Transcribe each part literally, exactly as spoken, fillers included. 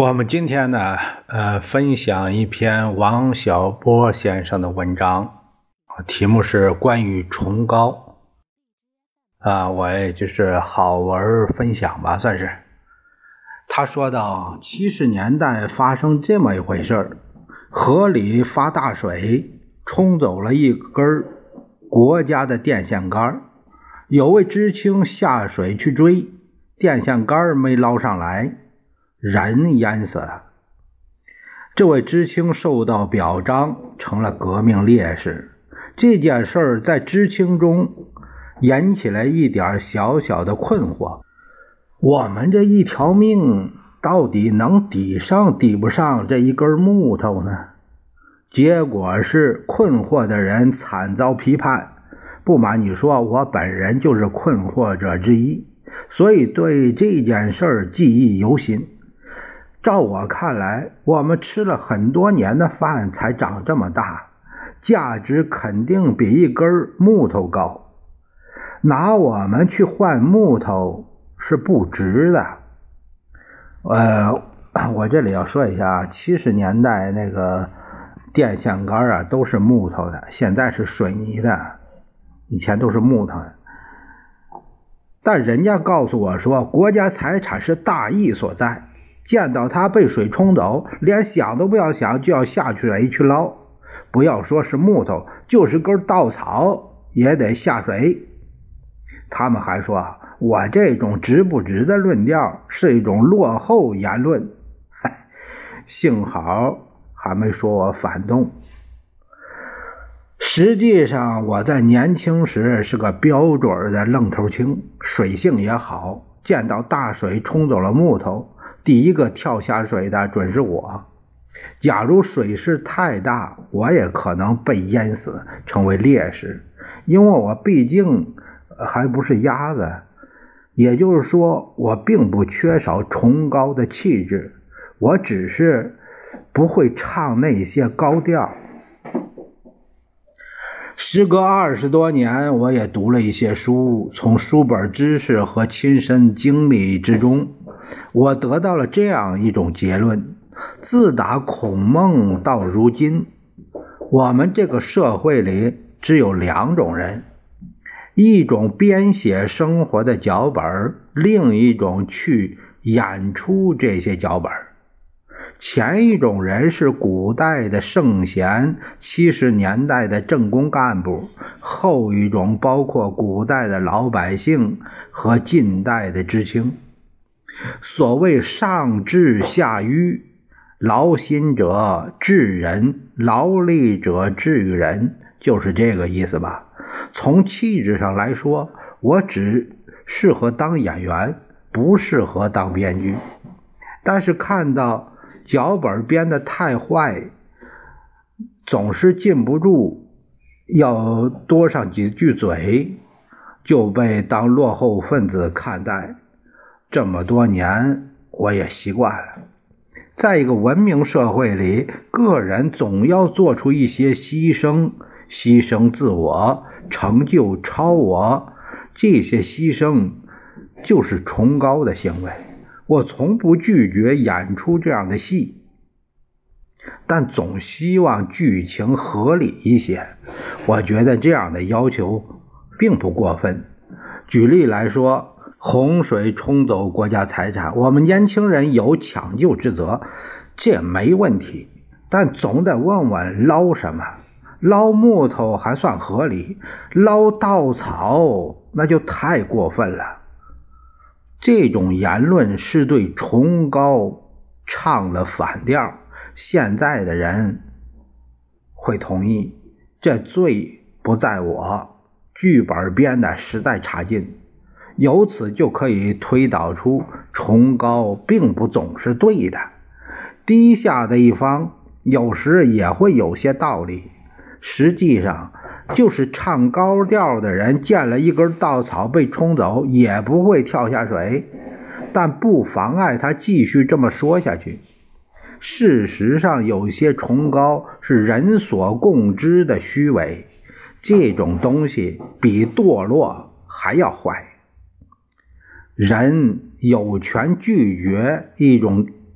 我们今天呢，呃，分享一篇王小波先生的文章，题目是关于崇高啊，我也就是好文分享吧，算是。他说到，七十年代发生这么一回事儿，河里发大水，冲走了一根国家的电线杆，有位知青下水去追，电线杆没捞上来，人淹死了。这位知青受到表彰，成了革命烈士。这件事儿在知青中引起了一点小小的困惑，我们这一条命到底能抵上抵不上这一根木头呢？结果是困惑的人惨遭批判。不瞒你说，我本人就是困惑者之一，所以对这件事儿记忆犹新。照我看来，我们吃了很多年的饭才长这么大，价值肯定比一根木头高。拿我们去换木头是不值的。呃，我这里要说一下，七十年代那个电线杆啊都是木头的，现在是水泥的，以前都是木头的。但人家告诉我说，国家财产是大义所在，见到它被水冲走，连想都不要想，就要下水去捞。不要说是木头，就是根稻草也得下水。他们还说我这种值不值的论调是一种落后言论。嗨，幸好还没说我反动。实际上我在年轻时是个标准的愣头青，水性也好，见到大水冲走了木头，第一个跳下水的准是我。假如水势太大，我也可能被淹死，成为烈士，因为我毕竟还不是鸭子。也就是说，我并不缺少崇高的气质，我只是不会唱那些高调。时隔二十多年，我也读了一些书，从书本知识和亲身经历之中，我得到了这样一种结论：自打孔孟到如今，我们这个社会里只有两种人，一种编写生活的脚本，另一种去演出这些脚本。前一种人是古代的圣贤，七十年代的政工干部，后一种包括古代的老百姓和近代的知青。所谓上智下愚，劳心者治人，劳力者治于人，就是这个意思吧。从气质上来说，我只适合当演员，不适合当编剧。但是看到脚本编得太坏，总是禁不住要多上几句嘴，就被当落后分子看待。这么多年我也习惯了。在一个文明社会里，个人总要做出一些牺牲，牺牲自我，成就超我，这些牺牲就是崇高的行为。我从不拒绝演出这样的戏，但总希望剧情合理一些。我觉得这样的要求并不过分。举例来说，洪水冲走国家财产，我们年轻人有抢救之责，这没问题，但总得问问捞什么。捞木头还算合理，捞稻草那就太过分了。这种言论是对崇高唱了反调，现在的人会同意，这罪不在我，剧本编的实在差劲。由此就可以推导出崇高并不总是对的，低下的一方有时也会有些道理。实际上就是唱高调的人见了一根稻草被冲走，也不会跳下水，但不妨碍他继续这么说下去。事实上，有些崇高是人所共知的虚伪，这种东西比堕落还要坏。人有权拒绝一种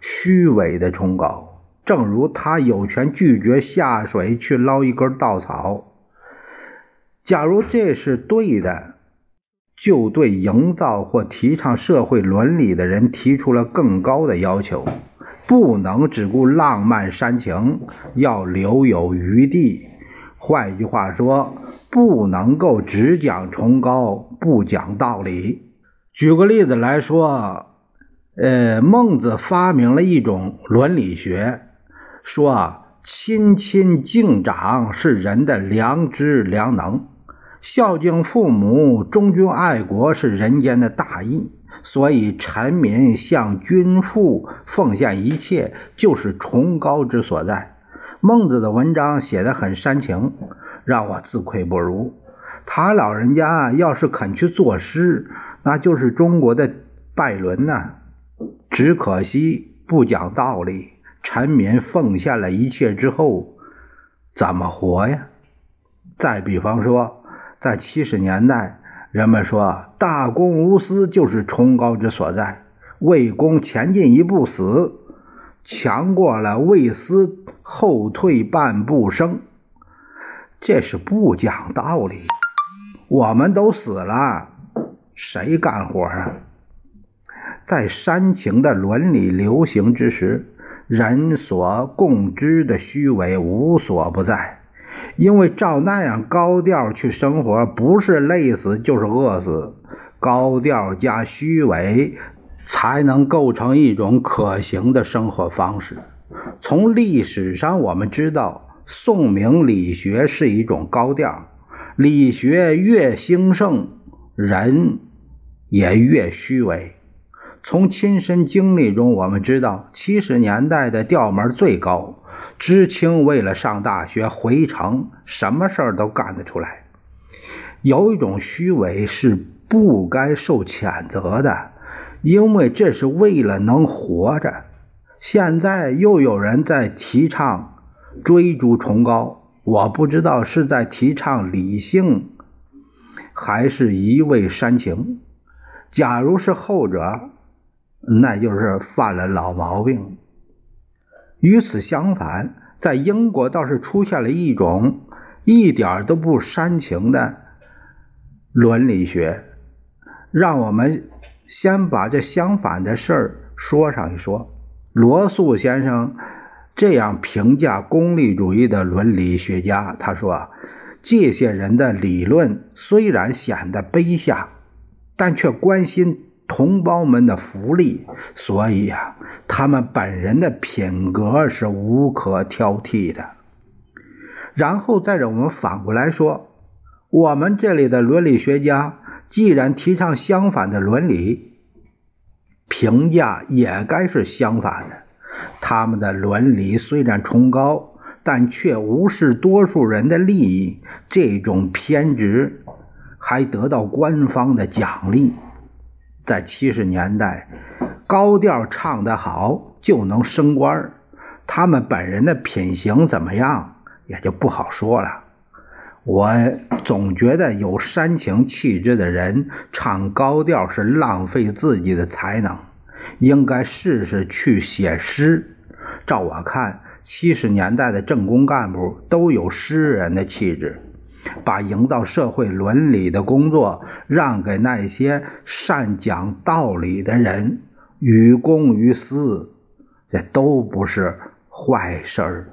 虚伪的崇高，正如他有权拒绝下水去捞一根稻草。假如这是对的，就对营造或提倡社会伦理的人提出了更高的要求，不能只顾浪漫煽情，要留有余地。换句话说，不能够只讲崇高，不讲道理。举个例子来说，呃，孟子发明了一种伦理学，说亲亲敬长是人的良知良能，孝敬父母忠君爱国是人间的大义，所以臣民向君父奉献一切就是崇高之所在。孟子的文章写得很煽情，让我自愧不如。他老人家要是肯去作诗，那就是中国的拜伦呐、啊。只可惜不讲道理，臣民奉献了一切之后怎么活呀？再比方说，在七十年代，人们说大公无私就是崇高之所在，为公前进一步死，强过了为私后退半步生，这是不讲道理。我们都死了，谁干活啊？在煽情的伦理流行之时，人所共知的虚伪无所不在，因为照那样高调去生活，不是累死就是饿死。高调加虚伪才能构成一种可行的生活方式。从历史上我们知道，宋明理学是一种高调，理学越兴盛，人也越虚伪。从亲身经历中我们知道，七十年代的调门最高，知青为了上大学回城，什么事儿都干得出来。有一种虚伪是不该受谴责的，因为这是为了能活着。现在又有人在提倡追逐崇高，我不知道是在提倡理性还是一味煽情。假如是后者，那就是犯了老毛病。与此相反，在英国倒是出现了一种一点都不煽情的伦理学。让我们先把这相反的事儿说上一说。罗素先生这样评价功利主义的伦理学家，他说，这些人的理论虽然显得卑下，但却关心同胞们的福利，所以啊，他们本人的品格是无可挑剔的。然后再让我们反过来说，我们这里的伦理学家既然提倡相反的伦理，评价也该是相反的。他们的伦理虽然崇高，但却无视多数人的利益，这种偏执还得到官方的奖励。在七十年代，高调唱得好就能升官，他们本人的品行怎么样也就不好说了。我总觉得有煽情气质的人唱高调是浪费自己的才能，应该试试去写诗。照我看，七十年代的政工干部都有诗人的气质，把营造社会伦理的工作让给那些善讲道理的人，于公于私，这都不是坏事儿。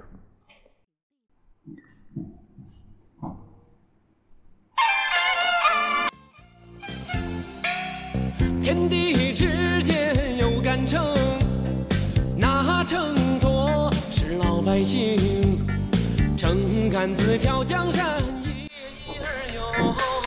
天地之间有杆秤，那秤砣是老百姓，秤杆子挑江山。